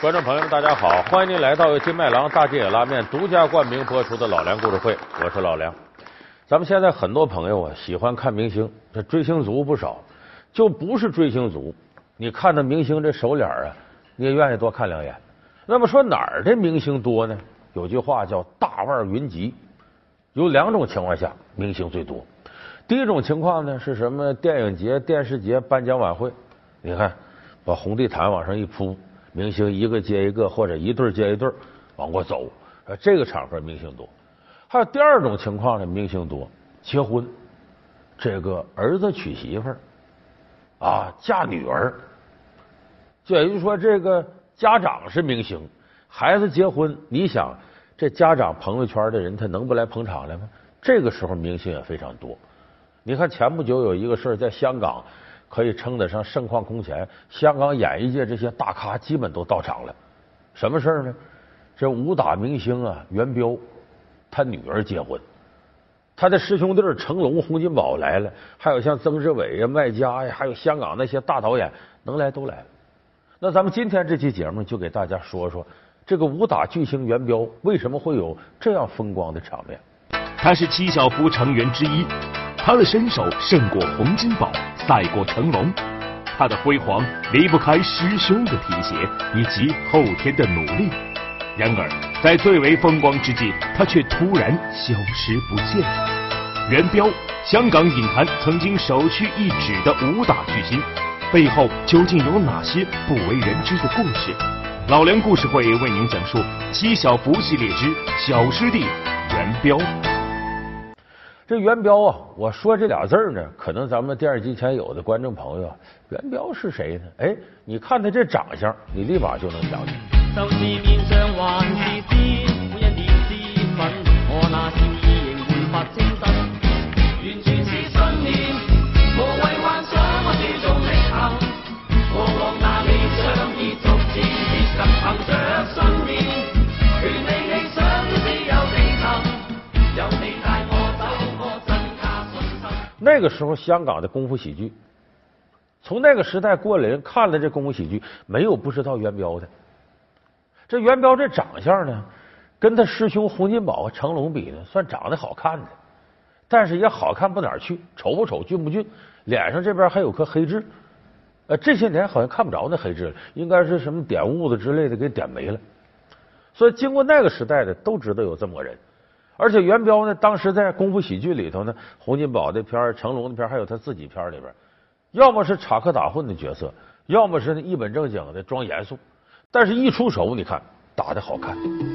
观众朋友们，大家好，欢迎您来到由金麦郎大街野拉面独家冠名播出的老梁故事会，我是老梁。咱们现在很多朋友啊喜欢看明星，这追星族不少，就不是追星族，你看那明星这手脸啊，你也愿意多看两眼。那么说哪儿的明星多呢？有句话叫大腕云集，有两种情况下明星最多。第一种情况呢是什么？电影节、电视节、颁奖晚会，你看把红地毯往上一铺，明星一个接一个或者一对接一对往过走，这个场合明星多。还有第二种情况呢，明星多结婚，这个儿子娶媳妇儿啊，嫁女儿，就也就是说这个家长是明星，孩子结婚，你想这家长朋友圈的人他能不来捧场来吗？这个时候明星也非常多。你看前不久有一个事儿，在香港可以称得上盛况空前，香港演艺界这些大咖基本都到场了。什么事儿呢？这武打明星啊，元彪他女儿结婚，他的师兄弟成龙、洪金宝来了，还有像曾志伟呀、麦嘉呀，还有香港那些大导演能来都来了。那咱们今天这期节目就给大家说说这个武打巨星元彪为什么会有这样风光的场面。 他是七小福成员之一，他的身手胜过洪金宝，赛过成龙，他的辉煌离不开师兄的提携以及后天的努力。然而在最为风光之际，他却突然消失不见。元彪，香港影坛曾经首屈一指的武打巨星，背后究竟有哪些不为人知的故事？老梁故事会为您讲述七小福系列之小师弟元彪。 这元彪啊，我说这俩字呢，可能咱们电视机前有的观众朋友，元彪是谁呢？哎，你看他这长相，你立马就能想起。 就是面上還是知，每一念之憤，我那是仍煥發精神，完全是信念，無謂幻想，我注重力行，過往那理想已逐漸接近，憑着信念，權利理想只有你曾，有你帶我走，我增加信心。 那個時候香港的功夫喜劇，從那個時代過來人看了這功夫喜劇，沒有不知道元彪的。这元彪这长相呢，跟他師兄洪金寶和成龍比呢，算長得好看的，但是也好看不哪兒去，醜不醜，俊不俊，臉上這邊還有顆黑痣，這些年好像看不着那黑痣了，應該是什麼點痦子之類的給點沒了。所以經過那個時代的都知道有這麼個人。而且元彪呢，當時在功夫喜劇裏頭呢，洪金寶的片、成龍的片，還有他自己片裏邊，要麼是插科打諢的角色，要麼是一本正經的裝嚴肅。但是一出手，你看打得好看。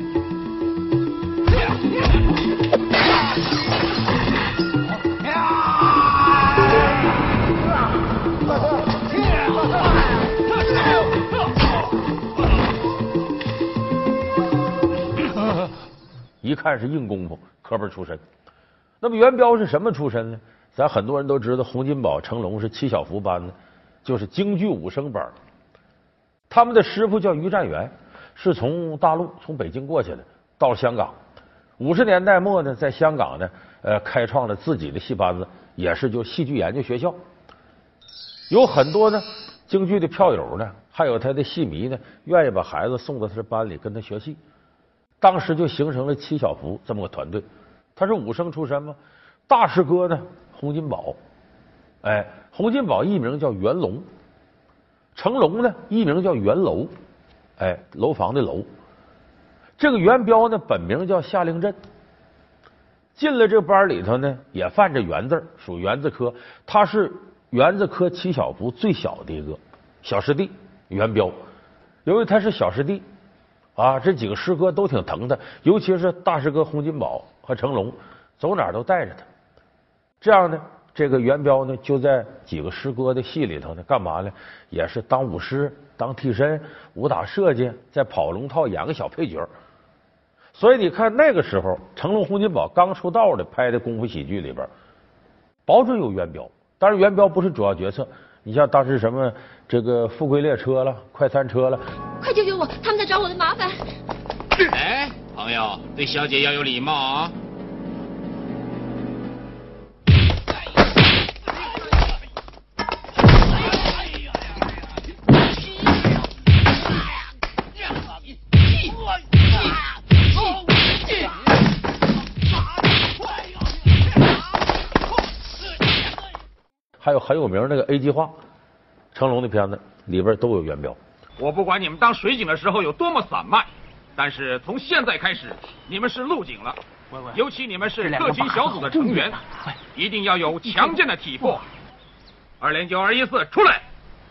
一看是硬功夫，科班出身。那么元彪是什么出身呢？咱很多人都知道，洪金宝、成龙是七小福班的，就是京剧武生班。他们的师傅叫于占元，是从大陆从北京过去的，到了香港。50年代末呢，在香港呢，开创了自己的戏班子，也是就戏剧研究学校。有很多呢京剧的票友呢，还有他的戏迷呢，愿意把孩子送到他的班里跟他学戏。当时就形成了七小福这么个团队。他是武生出身吗？大师哥呢，洪金宝，洪金宝艺名叫元龙。成龙呢，艺名叫元楼，楼房的楼。这个元彪呢，本名叫夏令振。进了这个班里头呢，也犯着元字，属元字科。他是元字科七小福最小的一个小师弟元彪。由于他是小师弟啊，这几个师哥都挺疼他，尤其是大师哥洪金宝和成龙，走哪儿都带着他。这样呢，这个元彪呢，就在几个师哥的戏里头呢，干嘛呢？也是当武师、当替身、武打设计，再跑龙套演个小配角。所以你看那个时候，成龙、洪金宝刚出道的拍的功夫喜剧里边，保准有元彪。当然，元彪不是主要角色。你像当时什么这个富贵列车了、快餐车了， 快救救我！他们在找我的麻烦。 哎，朋友，对小姐要有礼貌啊。 还有很有名那个 A 计划，成龙的片子里边都有元彪。 我不管你们当水警的时候有多么散漫，但是从现在开始，你们是陆警了。尤其你们是特勤小组的成员，一定要有强健的体魄。209、214，出来！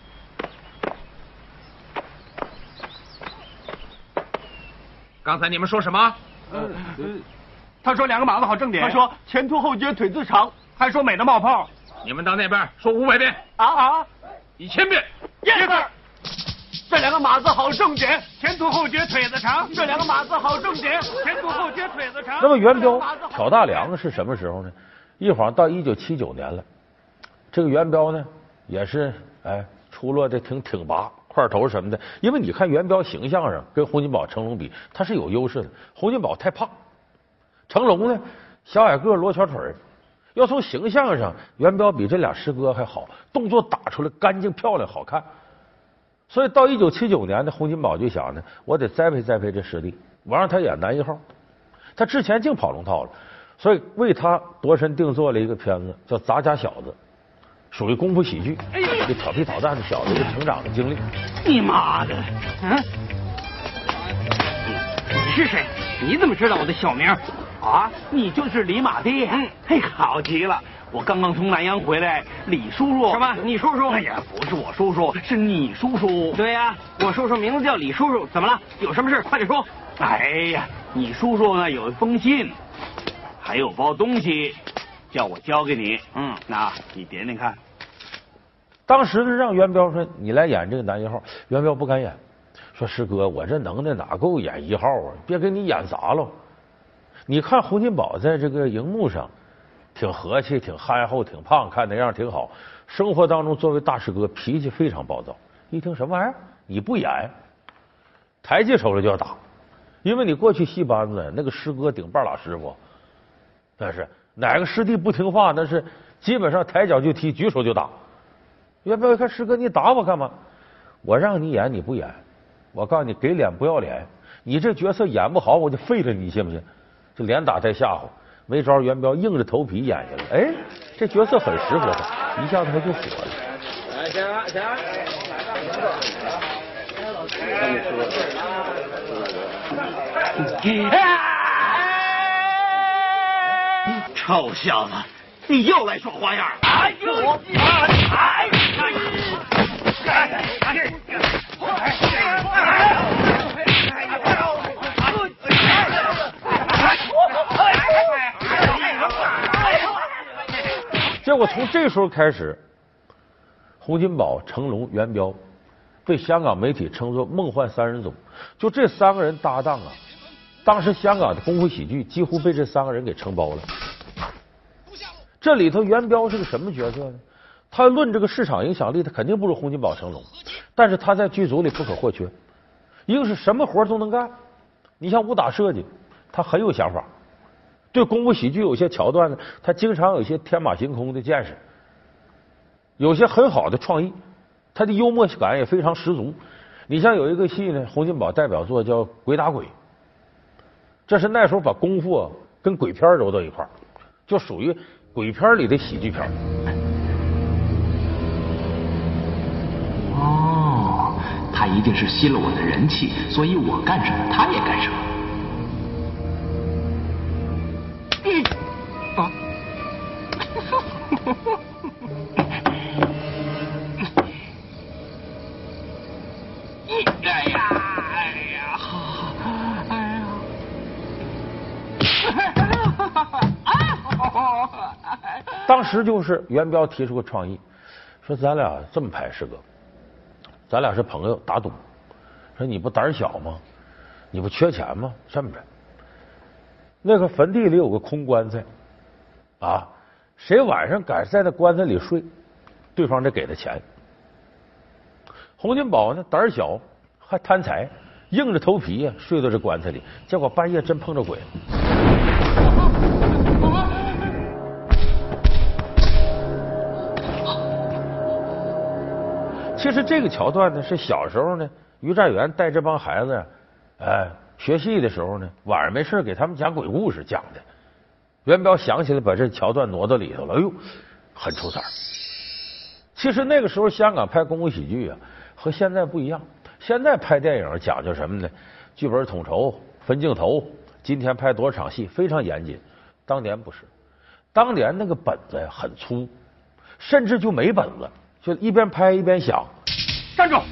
刚才你们说什么？ 他说2个马子好正点，他说前凸后撅腿子长，还说美的冒泡。 你们到那边说500遍。1000遍。 Yes。这2个马子好正点，前凸后撅腿子长。这2个马子好正点，前凸后撅腿子长。 那么元彪挑大梁是什么时候呢？一晃到1979年了。这个元彪呢，也是出落的挺拔，块头什么的。因为你看元彪形象上跟洪金宝、成龙比，他是有优势的。洪金宝太胖，成龙呢小矮个罗小腿。要从形象上，元彪比这俩师哥还好，动作打出来干净漂亮好看。所以到1979年呢，洪金宝就想呢，我得栽培栽培这师弟，我让他演男一号。他之前净跑龙套了，所以为他度身定做了一个片子，叫《杂家小子》，属于功夫喜剧，这调皮捣蛋的小子一个成长的经历。 你妈的！你是谁？你怎么知道我的小名？你就是李马爹。嘿，好极了。我刚刚从南阳回来，李叔叔。什么？你叔叔？哎呀，不是我叔叔，是你叔叔。对呀，我叔叔名字叫李叔叔。怎么了？有什么事？快点说。哎呀，你叔叔呢有一封信，还有包东西，叫我交给你。那你点点看。 当时呢，让元彪说你来演这个男一号，元彪不敢演，说师哥，我这能耐哪够演1号啊？别给你演砸了。你看洪金宝在这个荧幕上挺和气、挺憨厚、挺胖，看那样挺好。生活当中作为大师哥，脾气非常暴躁。一听什么玩意儿，你不演，抬起手来就要打。因为你过去戏班子那个师哥顶半拉师傅，但是哪个师弟不听话，那是基本上抬脚就踢，举手就打。元彪一看师哥，你打我干嘛？我让你演你不演，我告诉你，给脸不要脸，你这角色演不好，我就废了你，信不信？就连打带吓唬，没招，元彪硬着头皮演下来。这角色很适合他，一下子他就火了。 臭小子，你又来耍花样！ 结果从这时候开始，洪金宝、成龙、元彪被香港媒体称作梦幻3人组。就这3个人搭档啊，当时香港的功夫喜剧几乎被这3个人给承包了。这里头元彪是个什么角色呢？他论这个市场影响力，他肯定不如洪金宝、成龙，但是他在剧组里不可或缺。一个是什么活都能干，你像武打设计，他很有想法。对功夫喜剧有些桥段呢，他经常有一些天马行空的见识，有些很好的创意，他的幽默感也非常十足。你像有一个戏呢，洪金宝代表作叫《鬼打鬼》，这是那时候把功夫跟鬼片揉到一块儿，就属于鬼片里的喜剧片。 他一定是吸了我的人气，所以我干什么他也干什么。 当时就是元彪提出个创意，说咱俩这么拍，师哥，咱俩是朋友，打赌，说你不胆小吗？你不缺钱吗？这么着，那个坟地里有个空棺材啊，谁晚上敢在那棺材里睡，对方得给他钱。洪金宝呢胆小还贪财，硬着头皮睡到这棺材里，结果半夜真碰着鬼了。其实这个桥段呢，是小时候呢，于占元带这帮孩子学戏的时候呢，晚上没事给他们讲鬼故事讲的。元彪想起来把这桥段挪到里头了，哎呦，很出彩。 其实那个时候香港拍功夫喜剧啊，和现在不一样。现在拍电影讲究什么呢？剧本统筹、分镜头，今天拍多少场戏，非常严谨。当年不是，当年那个本子呀很粗，甚至就没本子，就一边拍一边想。 站住！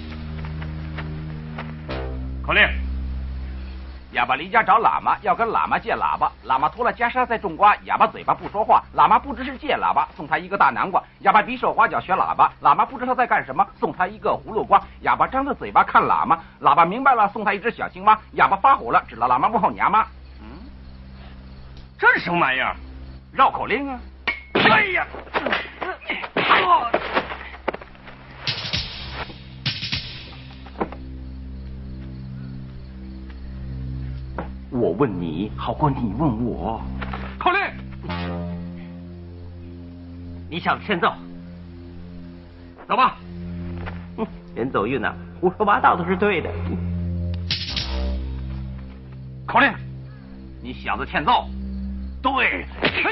口令：哑巴离家找喇嘛，要跟喇嘛借喇叭。喇嘛脱了袈裟在种瓜，哑巴嘴巴不说话。喇嘛不知是借喇叭，送他一个大南瓜。哑巴比手画脚学喇叭，喇嘛不知他在干什么，送他一个葫芦瓜。哑巴张着嘴巴看喇嘛，喇嘛明白了，送他一只小青蛙。哑巴发火了，指了喇嘛问候娘妈。这是什么玩意儿？绕口令啊！哎呀！我问你，好过你问我。口令，你想欠揍，走吧。人走运呐，胡说八道都是对的。口令，你小子欠揍。对。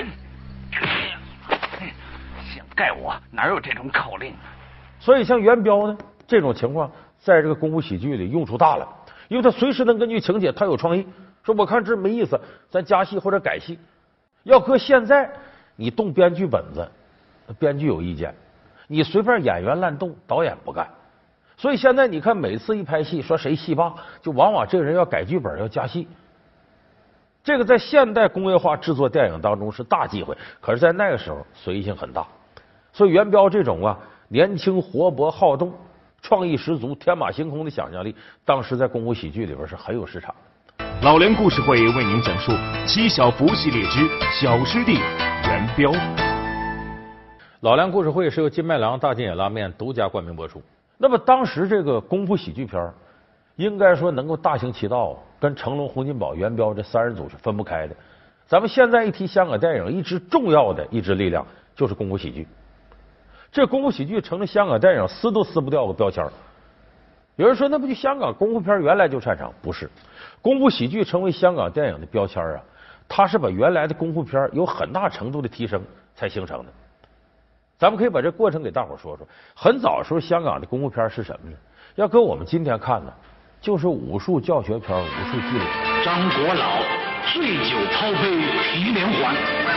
想盖我，哪有这种口令？ 所以像元彪呢，这种情况在这个功夫喜剧里用处大了，因为他随时能根据情节，他有创意。说我看这没意思，咱加戏或者改戏。要搁现在，你动编剧本子，编剧有意见；你随便演员乱动，导演不干。所以现在你看，每次一拍戏，说谁戏霸，就往往这个人要改剧本，要加戏。这个在现代工业化制作电影当中是大忌讳，可是，在那个时候随意性很大。所以元彪这种年轻活泼好动、创意十足、天马行空的想象力，当时在功夫喜剧里边是很有市场。 老梁故事会为您讲述七小福系列之小师弟元彪。 老梁故事会是由金麦郎大金野拉面独家冠名播出。那么当时这个功夫喜剧片应该说能够大行其道，跟成龙、洪金宝、元彪这三人组是分不开的。咱们现在一提香港电影，一支重要的一支力量就是功夫喜剧。这功夫喜剧成了香港电影撕都撕不掉个标签。有人说，那不就香港功夫片原来就擅长？不是，功夫喜剧成为香港电影的标签它是把原来的功夫片有很大程度的提升才形成的。咱们可以把这过程给大伙说说。很早的时候，香港的功夫片是什么呢？要搁我们今天看呢，就是武术教学片、武术积累。 张国老醉酒抛杯提连环，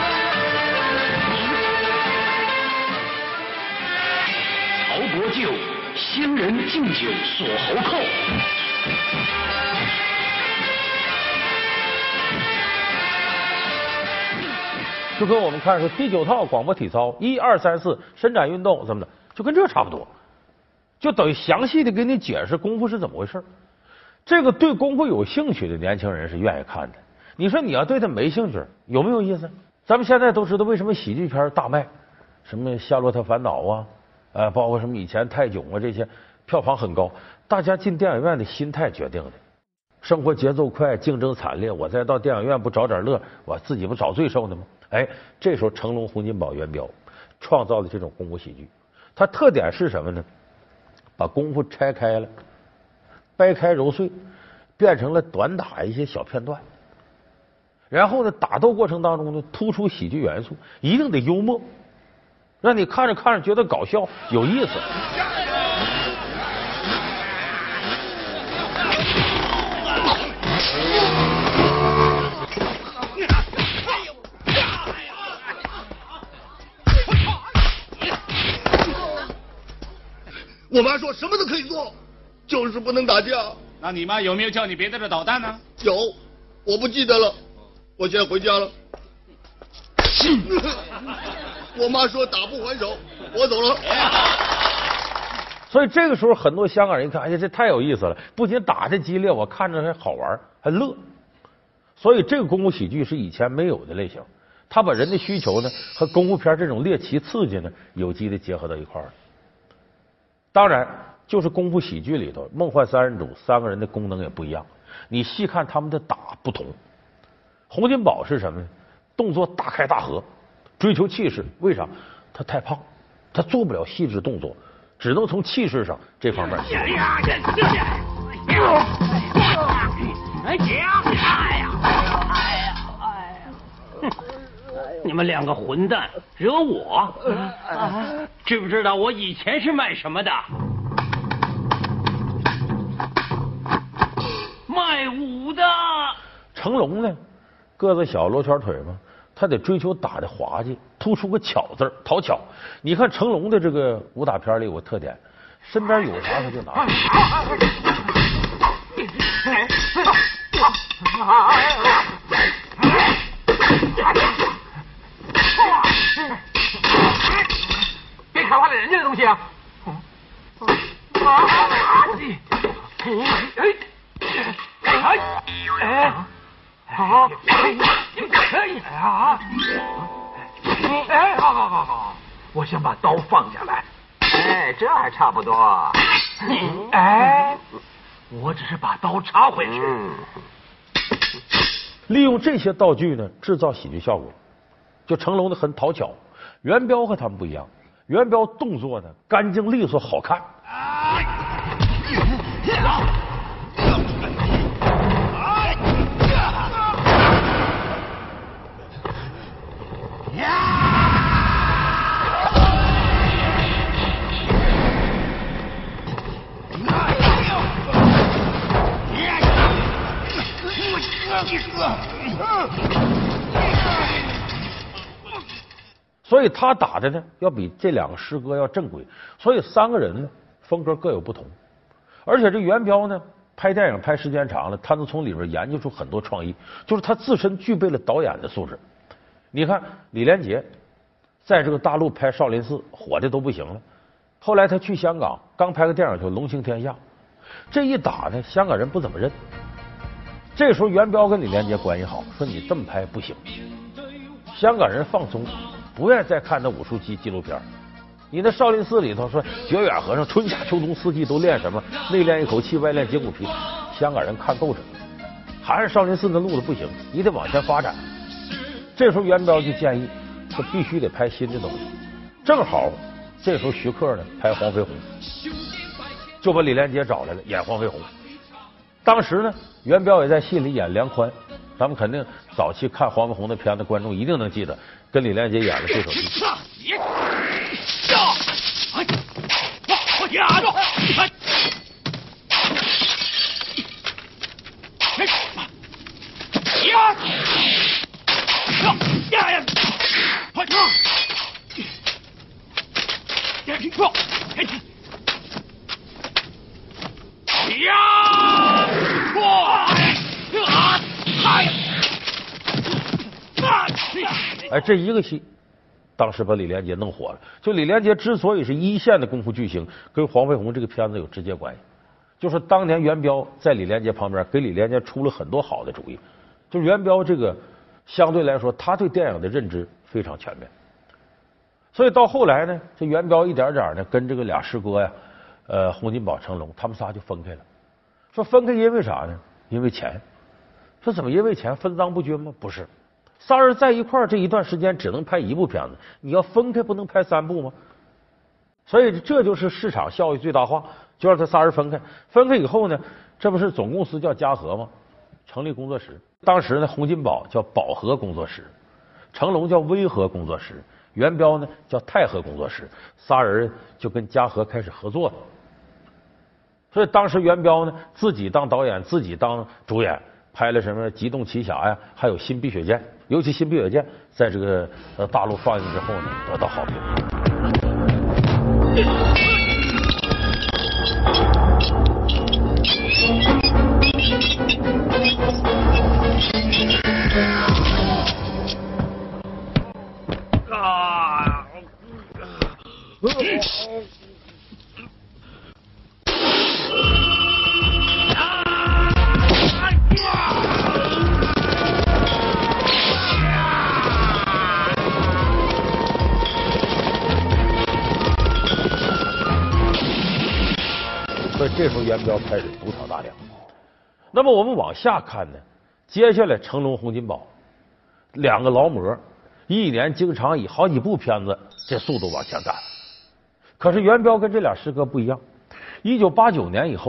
曹国舅仙人敬酒锁喉扣， 就跟我们看说第9套广播体操1、2、3、4伸展运动怎么的，就跟这差不多，就等于详细的给你解释功夫是怎么回事。这个对功夫有兴趣的年轻人是愿意看的。你说你要对他没兴趣，有没有意思？咱们现在都知道为什么喜剧片大卖，什么《夏洛特烦恼》包括什么以前泰囧这些票房很高，大家进电影院的心态决定的。生活节奏快，竞争惨烈，我再到电影院不找点乐，我自己不找罪受呢吗？这时候成龙、洪金宝、元彪创造了这种功夫喜剧，它特点是什么呢？把功夫拆开了，掰开揉碎，变成了短打一些小片段，然后呢，打斗过程当中呢，突出喜剧元素，一定得幽默，让你看着看着觉得搞笑有意思。 我妈说什么都可以做，就是不能打架。 那你妈有没有教你别的捣蛋呢？ 有，我不记得了。我现在回家了。我妈说打不还手，我走了。 所以这个时候，很多香港人一看，哎呀，这太有意思了！不仅打得激烈，我看着还好玩，还乐。所以这个功夫喜剧是以前没有的类型，他把人的需求呢和功夫片这种猎奇刺激呢有机的结合到一块儿。当然，就是功夫喜剧里头，梦幻三人组3个人的功能也不一样。你细看他们的打不同。洪金宝是什么呢？动作大开大合，追求气势。为啥？他太胖，他做不了细致动作，只能从气势上这方面。 你们两个混蛋惹我，知不知道我以前是卖什么的？卖武的。 成龙呢，个子小，罗圈腿嘛，他得追求打的滑稽，突出个巧字，讨巧。你看成龙的这个武打片里有个特点，身边有啥他就拿。 别砍坏了人家的东西啊！好，我先把刀放下来。这还差不多。我只是把刀插回去。 利用这些道具呢，制造喜剧效果。就成龙的很讨巧，元彪和他们不一样，元彪动作呢干净利索好看。所以他打的呢，要比这两个师哥要正规。所以三个人呢，风格各有不同。而且这元彪呢，拍电影拍时间长了，他能从里边研究出很多创意，就是他自身具备了导演的素质。你看李连杰在这个大陆拍《少林寺》火的都不行了，后来他去香港，刚拍个电影叫《龙行天下》，这一打呢，香港人不怎么认。这时候元彪跟李连杰关系好，说你这么拍不行，香港人放松，不愿意再看那武术纪录片。你那少林寺里头说觉远和尚春夏秋冬四季都练什么，内练一口气，外练筋骨皮，香港人看够着，还是少林寺的路子不行，你得往前发展。这时候元彪就建议说必须得拍新的东西。正好这时候徐克呢拍黄飞鸿，就把李连杰找来了演黄飞鸿。当时呢元彪也在戏里演梁宽，咱们肯定早期看黄飞鸿的片子观众一定能记得跟李连杰演的对手戏。哎，这一个戏当时把李连杰弄火了。就李连杰之所以是一线的功夫巨星，跟黄飞鸿这个片子有直接关系。就是当年元彪在李连杰旁边，给李连杰出了很多好的主意。就是元彪这个相对来说，他对电影的认知非常全面。所以到后来呢，这元彪一点点呢跟这个俩师哥呀，洪金宝、成龙，他们仨就分开了。说分开因为啥呢？因为钱。说怎么因为钱分赃不均吗？不是。仨人在一块儿这一段时间只能拍一部片子，你要分开不能拍3部吗？所以这就是市场效益最大化，就让他仨人分开。分开以后呢，这不是总公司叫嘉禾吗？成立工作室。当时呢，洪金宝叫宝和工作室，成龙叫威和工作室，元彪呢叫泰和工作室。仨人就跟嘉禾开始合作了。所以当时元彪呢自己当导演，自己当主演，拍了什么《机动奇侠》呀，还有《新碧血剑》。尤其《新碧血剑》在这个大陆放映之后呢，得到好评。所以这时候元彪开始独挑大梁。那么我们往下看呢，接下来成龙、洪金宝两个劳模，一年经常以好几部片子这速度往前赶。可是元彪跟这俩师哥不一样，1989年以后啊，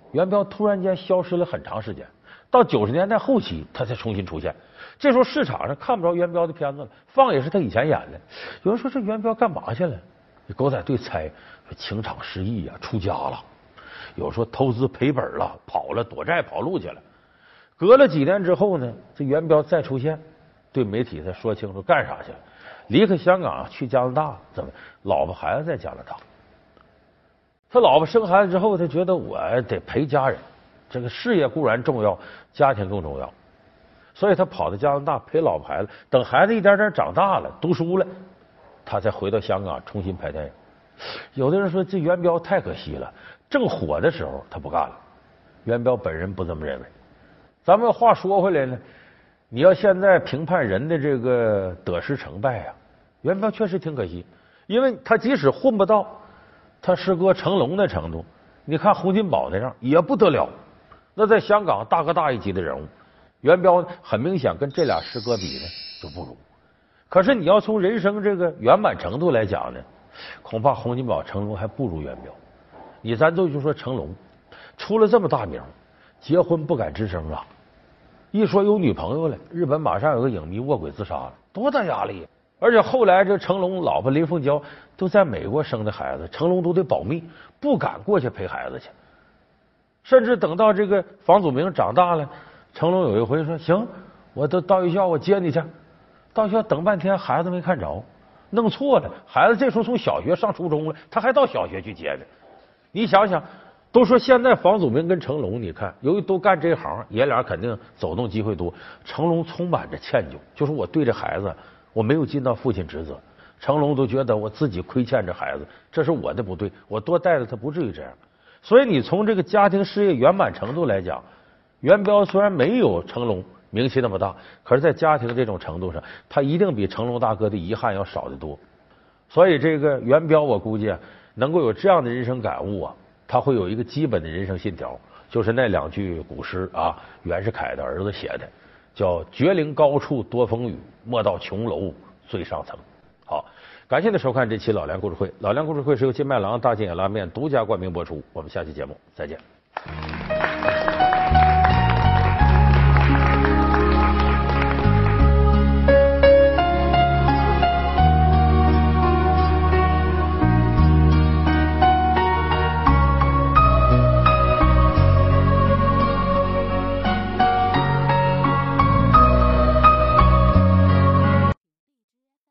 元彪突然间消失了很长时间，到90年代后期他才重新出现。这时候市场上看不着元彪的片子了，放也是他以前演的。有人说这元彪干嘛去了？狗仔队猜说情场失意啊，出家了；有说投资赔本了，跑了，躲债跑路去了。隔了几年之后呢，这元彪再出现，对媒体才说清楚干啥去了。离开香港去加拿大，怎么？老婆孩子在加拿大。他老婆生孩子之后，他觉得我得陪家人，这个事业固然重要，家庭更重要。所以他跑到加拿大陪老婆孩子，等孩子一点点长大了，读书了，他才回到香港重新拍电影。有的人说这元彪太可惜了，正火的时候他不干了。元彪本人不这么认为。咱们话说回来呢，你要现在评判人的这个得失成败啊，元彪确实挺可惜，因为他即使混不到他师哥成龙的程度，你看洪金宝那样也不得了，那在香港大哥大一级的人物。元彪很明显跟这俩师哥比呢就不如，可是你要从人生这个圆满程度来讲呢，恐怕洪金宝、成龙还不如元彪。咱就说成龙出了这么大名，结婚不敢吱声啊，一说有女朋友了，日本马上有个影迷卧轨自杀了，多大压力啊！而且后来这成龙老婆林凤娇都在美国生的孩子，成龙都得保密，不敢过去陪孩子去。甚至等到这个房祖名长大了，成龙有一回说：“行，我到学校我接你去。”到学校等半天，孩子没看着，弄错了。孩子这时候从小学上初中了，他还到小学去接呢。你想想，都说现在房祖名跟成龙，你看，由于都干这行，爷俩肯定走动机会多。成龙充满着歉疚，就是我对这孩子，我没有尽到父亲职责。成龙都觉得我自己亏欠这孩子，这是我的不对，我多带了他，不至于这样。所以你从这个家庭事业圆满程度来讲，元彪虽然没有成龙名气那么大，可是在家庭这种程度上，他一定比成龙大哥的遗憾要少得多。所以这个元彪，我估计能够有这样的人生感悟啊，他会有一个基本的人生信条，就是那两句古诗啊，袁世凯的儿子写的，叫“绝岭高处多风雨，莫到琼楼最上层”。好，感谢您收看这期老梁故事会。老梁故事会是由金麦郎大金眼拉面独家冠名播出。我们下期节目再见。